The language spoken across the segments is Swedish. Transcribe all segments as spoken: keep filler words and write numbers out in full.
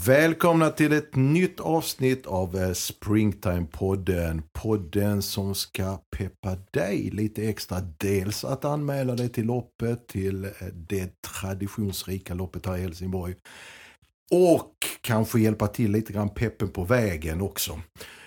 Välkomna till ett nytt avsnitt av Springtime-podden. Podden som ska peppa dig lite extra. Dels att anmäla dig till loppet, till det traditionsrika loppet här i Helsingborg. Och kanske hjälpa till lite grann peppen på vägen också.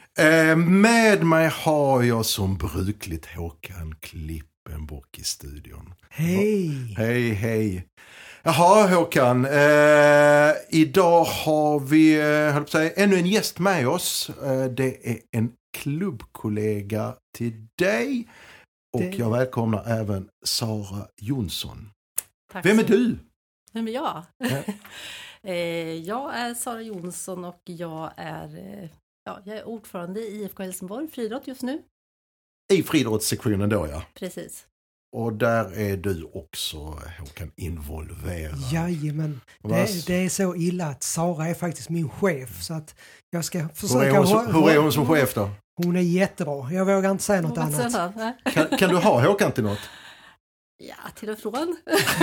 Med mig har jag som brukligt Håkan Klippenbock i studion. Hej! Hej, hej. Jaha Håkan, eh, idag har vi eh, höll på att säga, ännu en gäst med oss. Eh, det är en klubbkollega till dig och det... jag välkomnar även Sara Jonsson. Tack. Vem är du? Vem är jag? Ja. eh, jag är Sara Jonsson och jag är, eh, ja, jag är ordförande i I F K Helsingborg, friidrott just nu. I friidrottssektionen då, ja. Precis. Och där är du också, Håkan, involverad. Jajamän, det, det är så illa att Sara är faktiskt min chef. Så att jag ska försöka... Hur är hon som, hur är hon som chef då? Hon är jättebra, jag vågar inte säga något annat. Säga, kan, kan du ha Håkan till något? Ja, till och från.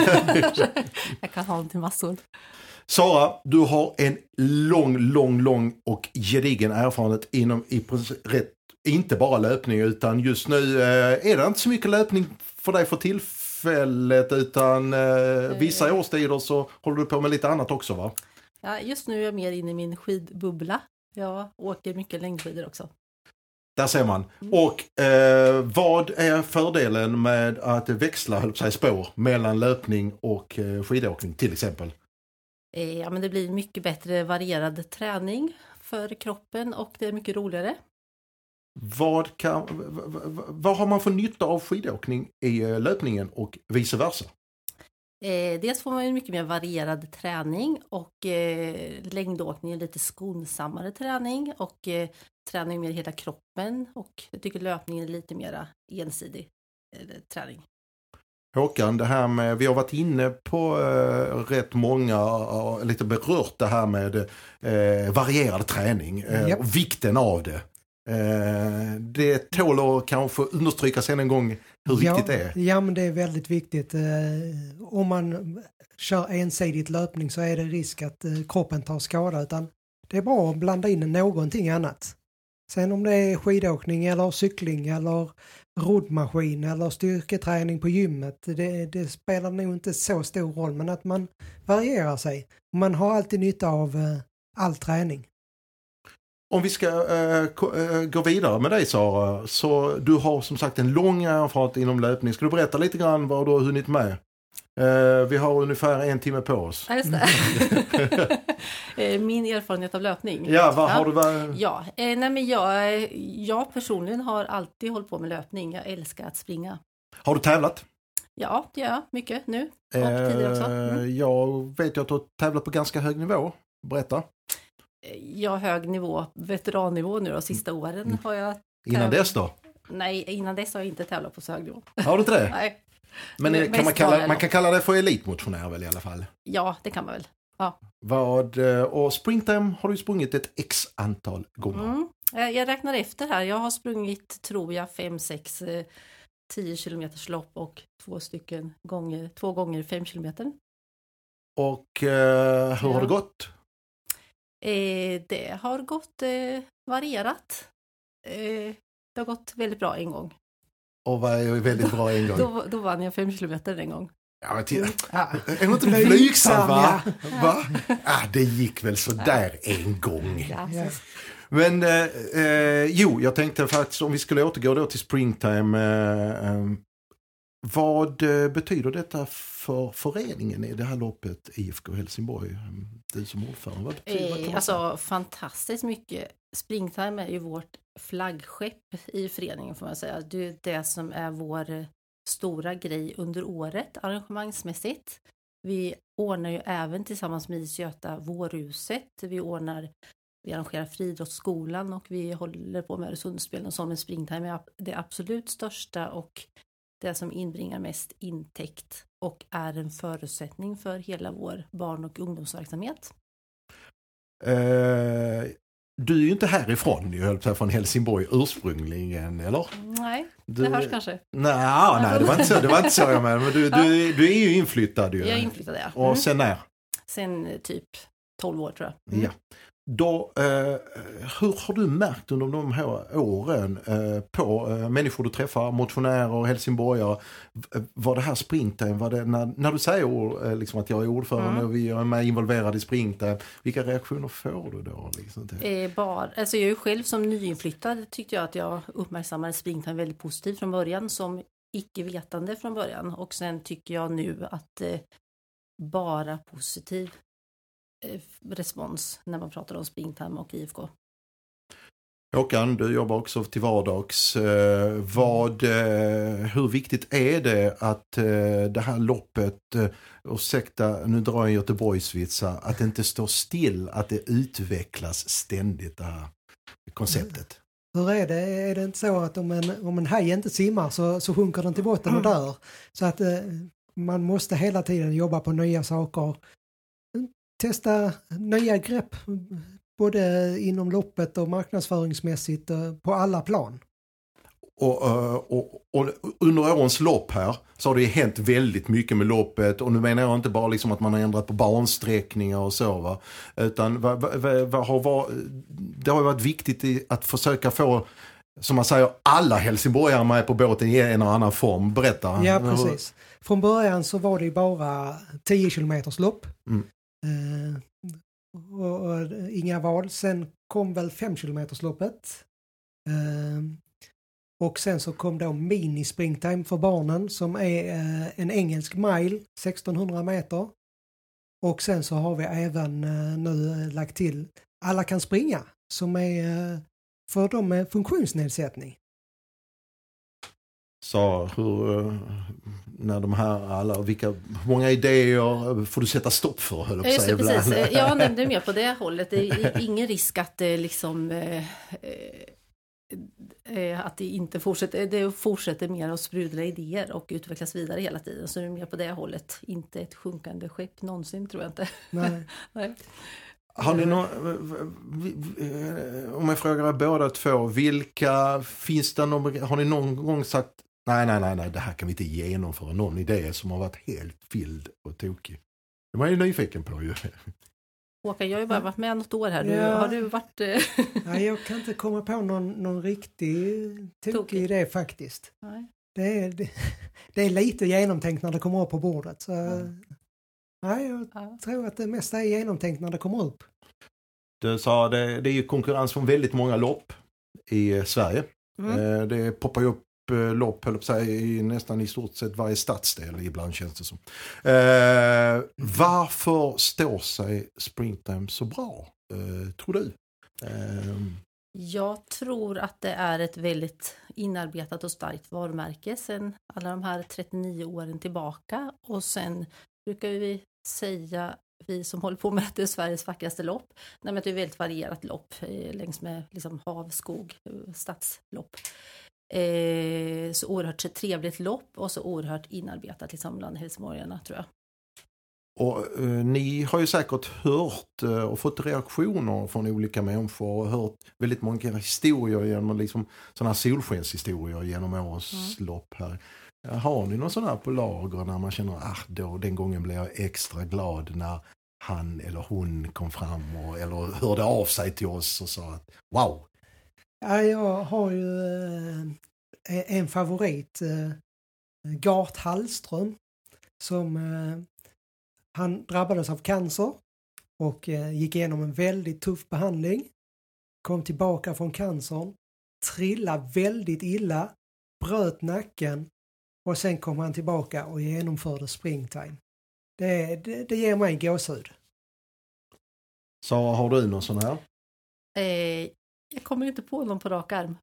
Jag kan ha honom till massor. Sara, du har en lång, lång, lång och gedigen erfarenhet inom i rätt, inte bara löpning, utan just nu eh, är det inte så mycket löpning för dig för tillfället, utan eh, vissa årstider så håller du på med lite annat också, va? Ja, just nu är jag mer inne i min skidbubbla. Jag åker mycket längdskidor också. Där ser man. Och eh, vad är fördelen med att växla, höll på sig, spår mellan löpning och eh, skidåkning till exempel? Ja, men det blir mycket bättre varierad träning för kroppen och det är mycket roligare. Vad, kan, vad har man för nytta av skidåkning i löpningen och vice versa? Eh, dels får man ju mycket mer varierad träning och eh, längdåkning är lite skonsammare träning och eh, träning mer hela kroppen och jag tycker löpningen är lite mer ensidig eh, träning. Håkan, det här med, vi har varit inne på eh, rätt många, eh, lite berört det här med eh, varierad träning eh, yep. och vikten av det. Eh, det tål att kanske understrykas än en gång hur ja, viktigt det är. Ja, men det är väldigt viktigt. Eh, om man kör ensidigt löpning så är det risk att eh, kroppen tar skada, utan det är bra att blanda in någonting annat. Sen om det är skidåkning eller cykling eller roddmaskin eller styrketräning på gymmet, det, det spelar nog inte så stor roll, men att man varierar sig. Man har alltid nytta av eh, all träning. Om vi ska äh, gå vidare med dig, Sara, så du har som sagt en lång erfarenhet inom löpning. Ska du berätta lite grann vad du har hunnit med? Uh, vi har ungefär en timme på oss. Ja, just det. Min erfarenhet av löpning. Ja, vad ja. har du? Var... Ja, eh, nej men jag, jag personligen har alltid hållit på med löpning. Jag älskar att springa. Har du tävlat? Ja, det gör jag mycket nu. Och uh, tidigare också. Mm. Jag vet ju att du har tävlat på ganska hög nivå. Berätta. Ja, hög nivå, veterannivå nu de sista åren mm. har jag... Innan tävlat. Dess då? Nej, innan dess har jag inte tävlat på så hög nivå. Har du inte det? Nej. Men är, kan man, kalla, man kan kalla det för elitmotionär väl i alla fall? Ja, det kan man väl. Ja. Vad, och Springtime har du sprungit ett x antal gånger. Mm. Jag räknar efter här. Jag har sprungit, tror jag, fem, sex, tio kilometers lopp och två stycken gånger, två gånger fem kilometer. Och eh, hur ja. har det gått? Eh, det har gått eh, varierat. Eh, det har gått väldigt bra en gång. Och vad är väldigt bra en gång? då, då vann jag fem kilometer en gång. Ja, men titta. Är hon inte blygsam, va? va? Ah, det gick väl så där en gång. Ja, men eh, eh, jo, jag tänkte faktiskt om vi skulle återgå då till Springtime. Eh, eh, vad eh, betyder detta för föreningen i det här loppet I F K Helsingborg? Du som ordförande, vad betyder det? Eh, alltså fantastiskt mycket. Springtime är ju vårt flaggskepp i föreningen, får man säga. Det är det som är vår stora grej under året arrangemangsmässigt. Vi ordnar ju även tillsammans med I S Göta Vårhuset. Vi ordnar, vi arrangerar friidrottsskolan och vi håller på med Öresundsspelen som en Springtime är det absolut största och det som inbringar mest intäkt och är en förutsättning för hela vår barn- och ungdomsverksamhet. Uh... Du är ju inte härifrån, jag höll på från Helsingborg ursprungligen, eller? Nej, du, det hörs kanske. Nej, nej, det var inte så, det var inte så jag med. Men du, du, du är ju inflyttad ju. Jag är inflyttad, ja. Och sen när? Sen typ tolv år tror jag. Mm. Ja. Då, eh, hur har du märkt under de här åren eh, på eh, människor du träffar, motionärer, helsingborgare, var det här Springtime, var det när, när du säger eh, liksom att jag är ordförande mm. och vi är med involverade i Springtime, vilka reaktioner får du då? Liksom, eh, bara, alltså jag är ju själv som nyinflyttad tyckte jag att jag uppmärksammade Springtime väldigt positivt från början, som icke-vetande från början, och sen tycker jag nu att eh, bara positiv respons när man pratar om Springtime och I F K. Håkan, du jobbar också till vardags. Eh, vad, eh, hur viktigt är det att eh, det här loppet, eh, ursäkta, nu drar jag en Göteborgsvitsa, att det inte står still, att det utvecklas ständigt, det här konceptet? Hur är det? Är det inte så att om en, om en haj inte simmar så, så sjunker den till botten och dör? Så att eh, man måste hela tiden jobba på nya saker. Testa nya grepp både inom loppet och marknadsföringsmässigt på alla plan. Och, och, och under årens lopp här så har det hänt väldigt mycket med loppet, och nu menar jag inte bara liksom att man har ändrat på bansträckningar och så, va? Utan vad, vad, vad har varit, det har varit viktigt att försöka få, som man säger, alla helsingborgare med på båten i en eller annan form. Berätta. Ja, precis. Från början så var det ju bara tio kilometers lopp. Mm. Uh, och, och inga val. Sen kom väl fem kilometers loppet. Uh, och sen så kom då mini Springtime för barnen, som är uh, en engelsk mile, sextonhundra meter. Och sen så har vi även uh, nu lagt till Alla kan springa, som är uh, för dem med funktionsnedsättning. Så hur, när de här alla, vilka, många idéer får du sätta stopp för, höll jag på sig ibland. Precis. Jag nämnde mer på det hållet. Det är ingen risk att det liksom eh, eh, att det inte fortsätter, det fortsätter mer att sprudla idéer och utvecklas vidare hela tiden. Så det är mer på det hållet. Inte ett sjunkande skepp någonsin, tror jag inte. Nej. Nej. Har ni någon, om jag frågar båda två, vilka finns det någon, har ni någon gång sagt nej, nej, nej, nej, det här kan vi inte genomföra, någon idé som har varit helt vild och tokig? Det var jag ju nyfiken på ju. Håkan, jag har ju bara varit med något år här. Du, ja. Har du varit... Nej, jag kan inte komma på någon, någon riktig tokig, tokig idé faktiskt. Nej. Det, är, det, det är lite genomtänkt när det kommer upp på bordet. Så, mm. Nej, jag ja. tror att det mesta är genomtänkt när det kommer upp. Du sa det, det är ju konkurrens från väldigt många lopp i Sverige. Mm. Det poppar ju upp lopp, höll på sig, i nästan i stort sett varje stadsdel ibland, känns det som. Eh, varför står sig Springtime så bra, eh, tror du? Eh. Jag tror att det är ett väldigt inarbetat och starkt varumärke sedan alla de här trettionio åren tillbaka, och sen brukar vi säga, vi som håller på med det, är Sveriges vackraste lopp. Nej, men det är ett väldigt varierat lopp längs med liksom hav, skog, stadslopp. Eh, så oerhört trevligt lopp och så oerhört inarbetat liksom bland helsingborgarna, tror jag. Och eh, ni har ju säkert hört eh, och fått reaktioner från olika människor och hört väldigt många historier genom liksom sådana här solskenshistorier genom årets mm. lopp här. Har ni någon sån här på lager när man känner att ah, då, den gången blev jag extra glad när han eller hon kom fram och, eller hörde av sig till oss och sa att wow? Ja, jag har ju eh, en favorit, eh, Gart Hallström, som eh, han drabbades av cancer och eh, gick igenom en väldigt tuff behandling, kom tillbaka från cancern, trillade väldigt illa, bröt nacken, och sen kom han tillbaka och genomförde Springtime. Det, det, det ger mig gåshud. Så har du någon sån här? Eh, jag kommer inte på någon på rak arm.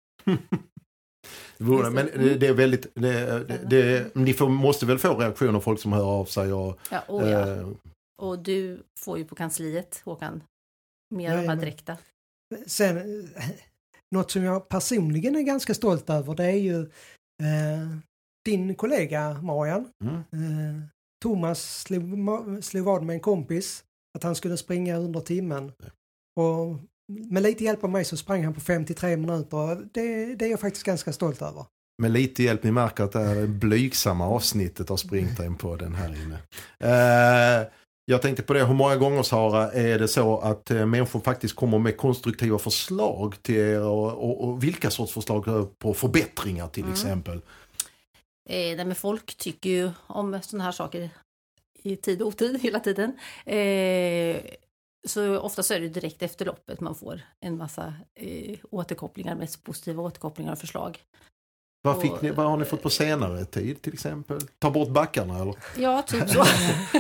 Men det är väldigt... Det, det, det, ni får, måste väl få reaktioner, folk som hör av sig. Och, ja, oh ja. Eh, och du får ju på kansliet, Håkan, mer av de här direkta. Sen, något som jag personligen är ganska stolt över, det är ju eh, din kollega Marian. Mm. Eh, Thomas slog, slog vad med en kompis att han skulle springa under timmen. Och med lite hjälp av mig så sprang han på femtiotre minuter. Det, det är jag faktiskt ganska stolt över. Med lite hjälp, ni märker att det är det blygsamma avsnittet av Springtime på den här inne. Eh, Jag tänkte på det, hur många gånger, Sara, är det så att eh, människor faktiskt kommer med konstruktiva förslag till er och, och, och vilka sorts förslag på förbättringar till mm. exempel? Eh, nej, men folk tycker ju om sådana här saker i tid och otid hela tiden. Eh, så ofta så är det direkt efter loppet man får en massa eh, återkopplingar, mest positiva återkopplingar och förslag. Vad, fick ni, vad har ni fått på senare tid till exempel? Ta bort backarna eller? Ja, typ så.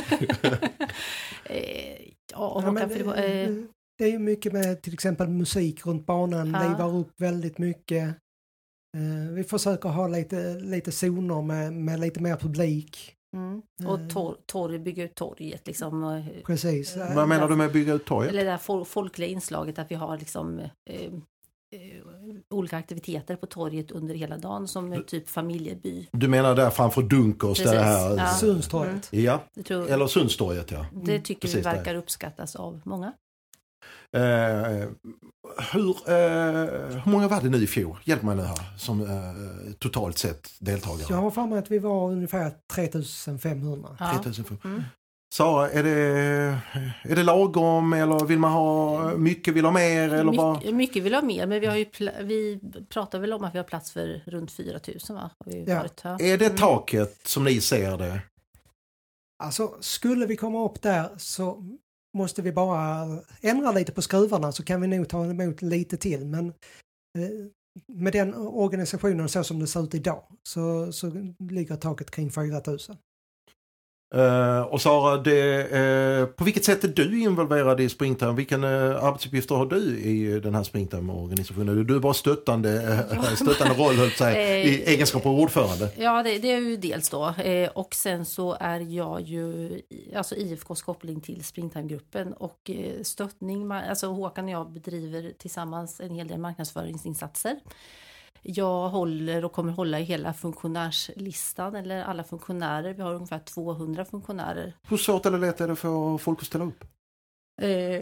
eh, ja, och ja, men, det, var, eh, det är ju mycket med till exempel musik runt banan, ja. Livar upp väldigt mycket. Eh, vi försöker ha lite, lite zoner med, med lite mer publik. Mm. Och tor- torg, bygga ut torget liksom. Precis. Vad menar där, du med bygga ut torget? Eller det där fol- folkliga inslaget att vi har liksom eh, eh, olika aktiviteter på torget under hela dagen som du, typ familjeby. Du menar där framför Dunkers, det här? Ja. Sundstorget. Mm. Ja, tror, eller Sundstorget, ja. Det tycker Precis vi verkar där. uppskattas av många. Eh, hur, eh, hur många var det nu i fjol? Hjälp mig nu här, som eh, totalt sett deltagare. Jag har för mig att vi var ungefär tre tusen femhundra. Ja. tre tusen femhundra. Mm. Sara, är det, är det lagom eller vill man ha mycket, vill ha mer? Eller My, bara... Mycket vill ha mer, men vi, har ju pl- vi pratar väl om att vi har plats för runt fyra tusen, va? Har vi ja. varit här. Är det taket som ni ser det? Alltså, skulle vi komma upp där så måste vi bara ändra lite på skruvarna så kan vi nog ta emot lite till. Men eh, med den organisationen så som det ser ut idag så, så ligger taket kring fyra tusen. Uh, och Sara, det, uh, på vilket sätt är du involverad i Springtime? Vilken uh, arbetsuppgifter har du i den här Springtime-organisationen? Du är bara stöttande, uh, stöttande roll, höll sig, i egenskap av ordförande. Ja, det, det är ju dels då. Eh, och sen så är jag ju alltså I F K:s koppling till Springtime-gruppen och eh, stöttning. Alltså Håkan och jag bedriver tillsammans en hel del marknadsföringsinsatser. Jag håller och kommer hålla i hela funktionärslistan eller alla funktionärer. Vi har ungefär tvåhundra funktionärer. Hur svårt eller lätt är det för folk att ställa upp? Eh,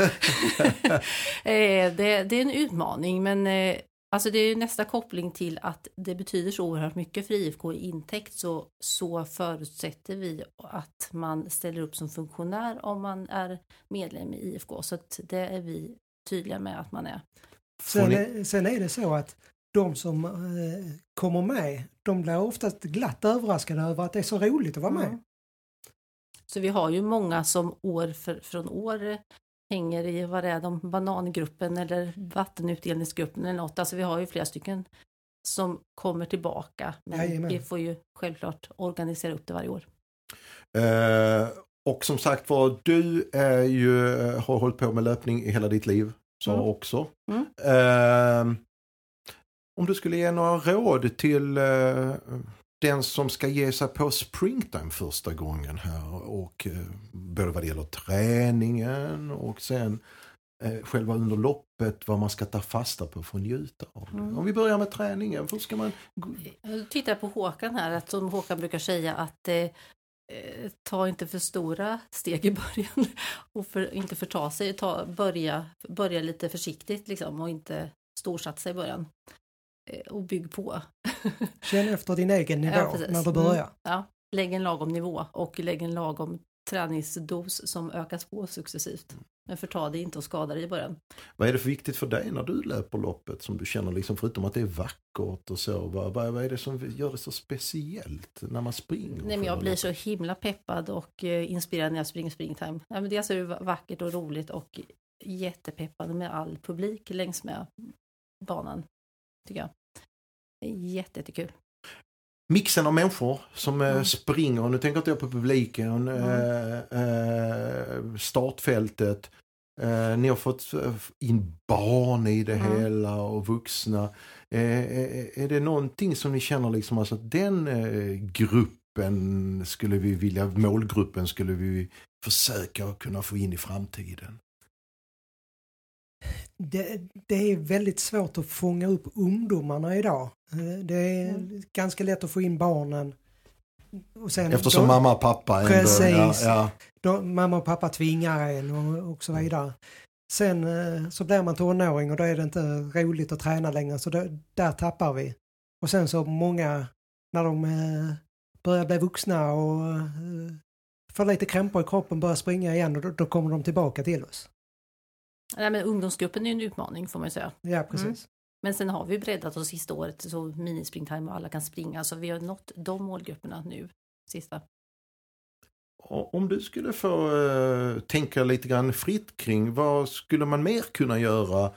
det, det är en utmaning, men eh, alltså det är ju nästa koppling till att det betyder så oerhört mycket för I F K i intäkt, så, så förutsätter vi att man ställer upp som funktionär om man är medlem i I F K. Så att det är vi tydliga med att man är. Sen är, sen är det så att de som eh, kommer med, de blir oftast glatt överraskade över att det är så roligt att vara med. Mm. Så vi har ju många som år för, från år hänger i, vad är de, banangruppen eller vattenutdelningsgruppen eller något. Alltså vi har ju flera stycken som kommer tillbaka. Men Jajamän. Vi får ju självklart organisera upp det varje år. Eh, och som sagt var, du är ju, har hållit på med löpning i hela ditt liv. Så mm. också. Mm. Eh, om du skulle ge några råd till eh, den som ska ge sig på Springtime första gången här och eh, både vad det gäller träningen och sen eh, själva under loppet, vad man ska ta fasta på för att njuta av. Mm. Om vi börjar med träningen, hur ska man... Jag tittar på Håkan här, att som Håkan brukar säga att eh, ta inte för stora steg i början och för, inte förta sig, ta, börja, börja lite försiktigt liksom, och inte storsatsa i början och bygg på. Känn efter din egen nivå ja, när du börjar. Mm, ja, lägg en lagom nivå och lägg en lagom träningsdos som ökas på successivt. Men förta det inte och skada dig i början. Vad är det för viktigt för dig när du löper loppet som du känner, liksom, förutom att det är vackert och så, vad, vad är det som gör det så speciellt när man springer? Nej, men jag blir så himla peppad och eh, inspirerad när jag springer Springtime. Ja, men dels är det vackert och roligt och jättepeppad med all publik längs med banan, tycker jag. Det är jätte, jättekul. Mixen av människor som mm. springer, och nu tänker inte jag på publiken, mm. äh, startfältet, äh, ni har fått in barn i det mm. hela och vuxna. Äh, är det någonting som ni känner liksom, alltså att den äh, gruppen skulle vi vilja, målgruppen skulle vi försöka kunna få in i framtiden? Det, det är väldigt svårt att fånga upp ungdomarna idag. Det är mm. ganska lätt att få in barnen. Och sen, eftersom då, mamma och pappa ändå, precis, ja, ja. Då, mamma och pappa tvingar en och, och så vidare. Sen så blir man tonåring och då är det inte roligt att träna längre, så då, där tappar vi. Och sen så många, när de börjar bli vuxna och får lite krämpor i kroppen, börjar springa igen och då, då kommer de tillbaka till oss. Nej, men ungdomsgruppen är ju en utmaning får man ju säga. Ja, precis. Mm. Men sen har vi breddat oss sista året så minispringtime och alla kan springa. Så vi har nått de målgrupperna nu, sista. Om du skulle få uh, tänka lite grann fritt kring, vad skulle man mer kunna göra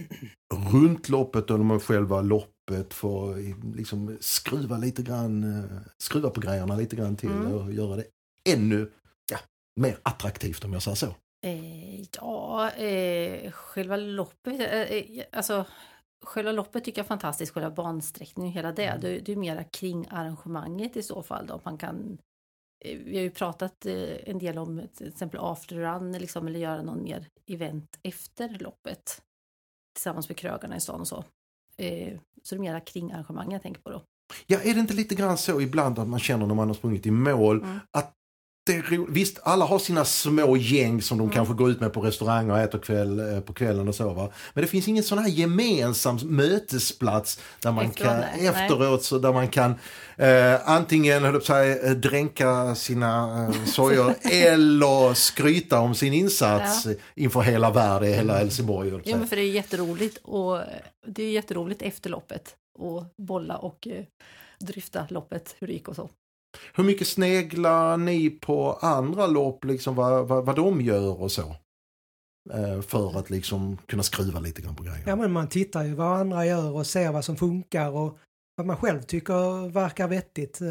runt loppet eller med själva loppet för att liksom, skruva lite grann, uh, skruva på grejerna lite grann till mm. och göra det ännu ja, mer attraktivt om jag säger så? Eh, ja, eh, själva loppet, eh, alltså själva loppet tycker jag är fantastiskt, själva bansträckningen och hela det. Mm. Det, det är mera kring arrangemanget i så fall då. Man kan, eh, vi har ju pratat eh, en del om till exempel afterrun liksom, eller göra någon mer event efter loppet tillsammans med krögarna i stan och så. Eh, så det är mera kring arrangemanget jag tänker på då. Ja, är det inte lite grann så ibland att man känner när man har sprungit i mål mm. att det är ro- visst, alla har sina små gäng som de mm. kanske går ut med på restauranger och äter kväll, på kvällen och så va. Men det finns ingen sån här gemensam mötesplats där man efteråt, kan, nej. efteråt så där man kan eh, antingen höll upp sig, dränka sina eh, sojor eller skryta om sin insats ja. inför hela världen, hela Helsingborg. Ja, men för det är jätteroligt och det är jätteroligt efter loppet och bolla och eh, dryfta loppet, hur det gick och så. Hur mycket sneglar ni på andra lopp, liksom vad, vad, vad de gör och så? Eh, för att liksom kunna skruva lite grann på grejer. Ja, men man tittar ju vad andra gör och ser vad som funkar och vad man själv tycker verkar vettigt. Eh,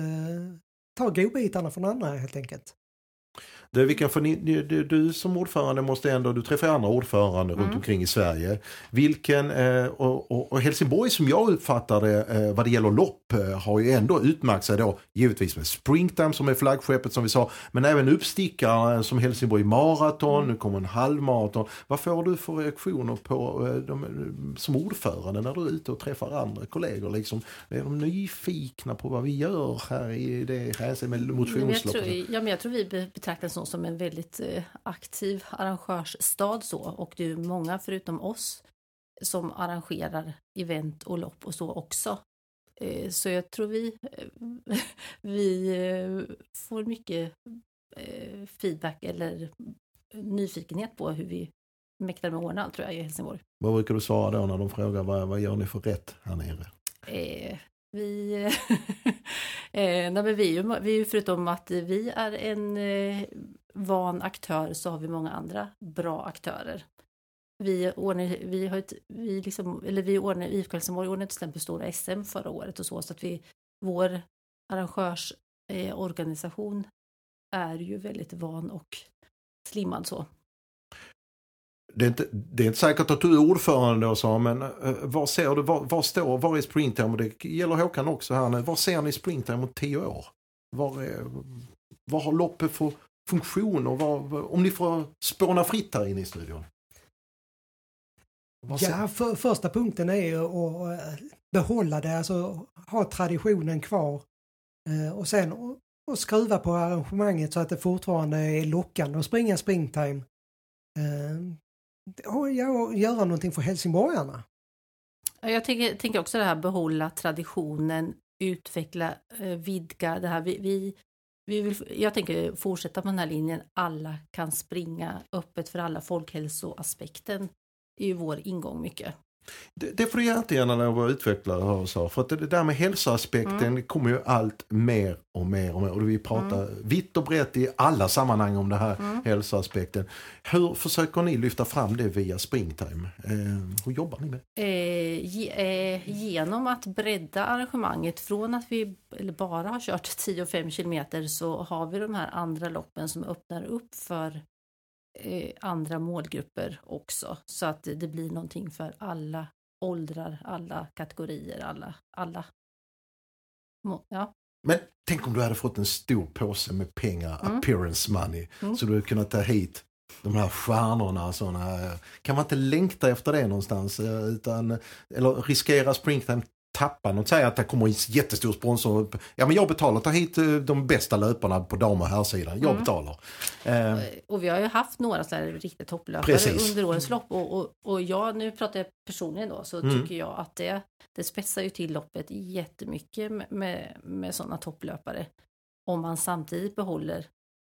ta godbitarna från andra helt enkelt. Det, vilka, för ni, du, du som ordförande måste ändå, du träffar andra ordförande mm. runt omkring i Sverige. Vilken, eh, och, och, och Helsingborg som jag uppfattar det eh, vad det gäller lopp eh, har ju ändå utmärkt sig då, givetvis med Springtime som är flaggskeppet som vi sa, men även uppstickare som Helsingborg Marathon, mm. nu kommer en halvmaraton. Vad får du för reaktioner på eh, de, som ordförande när du är ute och träffar andra kollegor? Liksom, är de nyfikna på vad vi gör här i det här med motionsloppet? Ja, ja, men jag tror vi betraktas som en väldigt eh, aktiv arrangörsstad så, och det är många förutom oss som arrangerar event och lopp och så också. Eh, så jag tror vi eh, vi eh, får mycket eh, feedback eller nyfikenhet på hur vi mäktar med ordna, tror jag, i Helsingborg. Vad brukar du svara då när de frågar vad, vad gör ni för rätt här nere? Eh, vi eh, nej, men vi är ju, vi är ju förutom att vi är en eh, van aktör så har vi många andra bra aktörer. Vi ordnar, vi har ett, vi liksom, eller vi ordnar I F K Helsingborg ordnade till exempel stora S M förra året och så, så att vi, vår arrangörsorganisation eh, är ju väldigt van och slimmad så. Det är, inte, det är inte säkert att du är ordförande och så, men uh, vad ser du, vad, vad står, var är Springtime, och det gäller Håkan också här nu, vad ser ni Springtime om tio år? Var är, vad har loppet för funktion och vad, om ni får spåna fritt här inne i studion? Ja, för, första punkten är ju att behålla det, alltså ha traditionen kvar eh, och sen och, och skruva på arrangemanget så att det fortfarande är lockande att springa Springtime. Eh, och ja, göra någonting för helsingborgarna. Jag tänker, tänker också det här, behålla traditionen, utveckla, eh, vidga det här. Vi, vi, vi vill, jag tänker fortsätta på den här linjen. Alla kan springa, öppet för alla, folkhälsoaspekten är ju vår ingång mycket. Det, det får du jättegärna lov att utveckla och så. För att det, det där med hälsoaspekten mm. kommer ju allt mer och mer och mer. Och vi pratar mm. vitt och brett i alla sammanhang om det här mm. hälsoaspekten. Hur försöker ni lyfta fram det via Springtime? Eh, hur jobbar ni med? Eh, ge, eh, genom att bredda arrangemanget från att vi eller bara har kört tio och fem kilometer så har vi de här andra loppen som öppnar upp för Eh, andra målgrupper också, så att det blir någonting för alla åldrar, alla kategorier, alla, alla. Ja. Men tänk om du hade fått en stor påse med pengar, mm. appearance money, mm. så du hade kunnat ta hit de här stjärnorna, såna, kan man inte längta efter det någonstans, utan, eller riskera Springtime tappa något, säga att det kommer en jättestor sponsor. Ja, men jag betalar, ta hit de bästa löparna på dam- och herrsidan. Jag mm. betalar. Eh. Och vi har ju haft några så här riktigt topplöpare Precis. under årens lopp. Och, och, och jag, nu pratar jag personligen då, så mm. tycker jag att det, det spetsar ju till loppet jättemycket med, med, med sådana topplöpare. Om man samtidigt behåller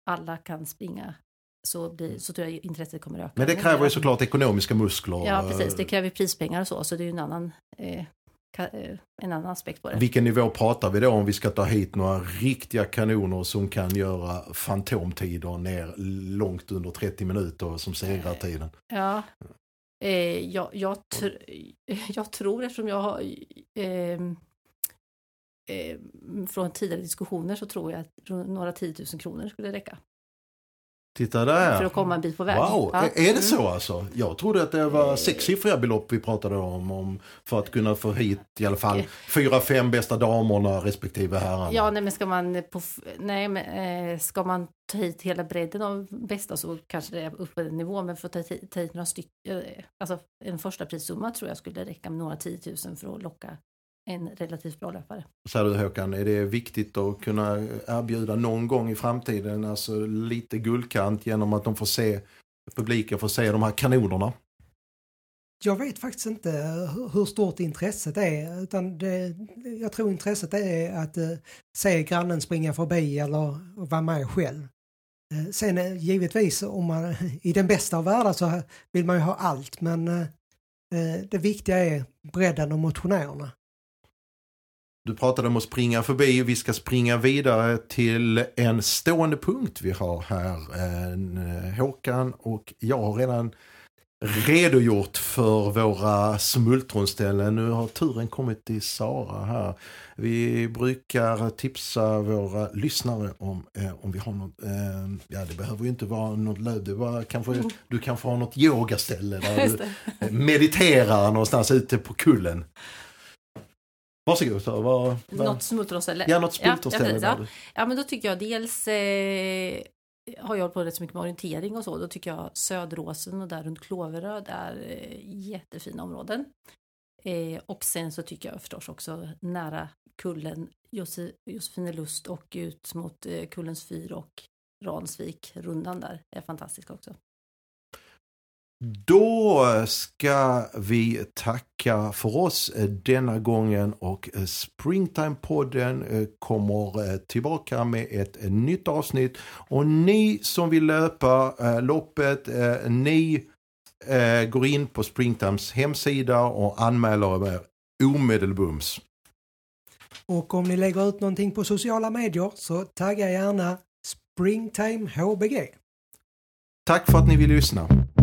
alla kan springa så, blir, så tror jag intresset kommer öka. Men det kräver ju såklart ekonomiska muskler. Ja, precis. Det kräver prispengar och så, så det är ju en annan, eh, en annan aspekt på det. Vilken nivå pratar vi då om vi ska ta hit några riktiga kanoner som kan göra fantomtider ner långt under trettio minuter som segrartiden? Ja, eh, jag, jag, tr- jag tror eftersom jag har eh, eh, från tidigare diskussioner så tror jag att några tiotusen kronor skulle räcka. Titta där. För att komma en bit på väg. Wow, ja. är det så alltså? Jag trodde att det var sexsiffriga belopp vi pratade om, om för att kunna få hit i alla fall fyra, fem bästa damerna respektive herrarna. Ja, nej men ska man på, nej men eh, ska man ta hit hela bredden av bästa så kanske det är upp på den nivån, men för att ta hit, ta hit några stycken, eh, alltså en första prissumma tror jag skulle räcka med några tiotusen för att locka en relativt bra löpare. Så du Håkan, är det viktigt att kunna erbjuda någon gång i framtiden alltså lite guldkant genom att de får se, publiken får se de här kanonerna? Jag vet faktiskt inte hur stort intresset är, utan det, jag tror intresset är att uh, se grannen springa förbi eller vara med själv. Uh, sen uh, givetvis, om man, i den bästa av världar så vill man ju ha allt, men uh, det viktiga är bredden och motionärerna. Du pratade om att springa förbi. Vi ska springa vidare till en stående punkt vi har här. Håkan och jag har redan redogjort för våra smultronställen. Nu har turen kommit till Sara här. Vi brukar tipsa våra lyssnare om eh, om vi har något, eh, ja det behöver ju inte vara något löv, det var kanske, mm. du kanske har något yogaställe där du mediterar någonstans ute på kullen. Varsågod. Så, vad, vad... Något smultronställe. Ja, något smultronställe. Ja, ja, ja, men då tycker jag dels eh, har jag hållit på rätt så mycket med orientering och så. Då tycker jag Söderåsen och där runt Klåveröd är eh, jättefina områden. Eh, och sen så tycker jag förstås också nära kullen Josef, Josefinelust och ut mot eh, Kullens fyr och Ransvik rundan där är fantastisk också. Då ska vi tacka för oss denna gången och Springtime-podden kommer tillbaka med ett nytt avsnitt. Och ni som vill löpa loppet, ni går in på Springtimes hemsida och anmäler er omedelbums. Och om ni lägger ut någonting på sociala medier så tagga gärna Springtime H B G. Tack för att ni vill lyssna.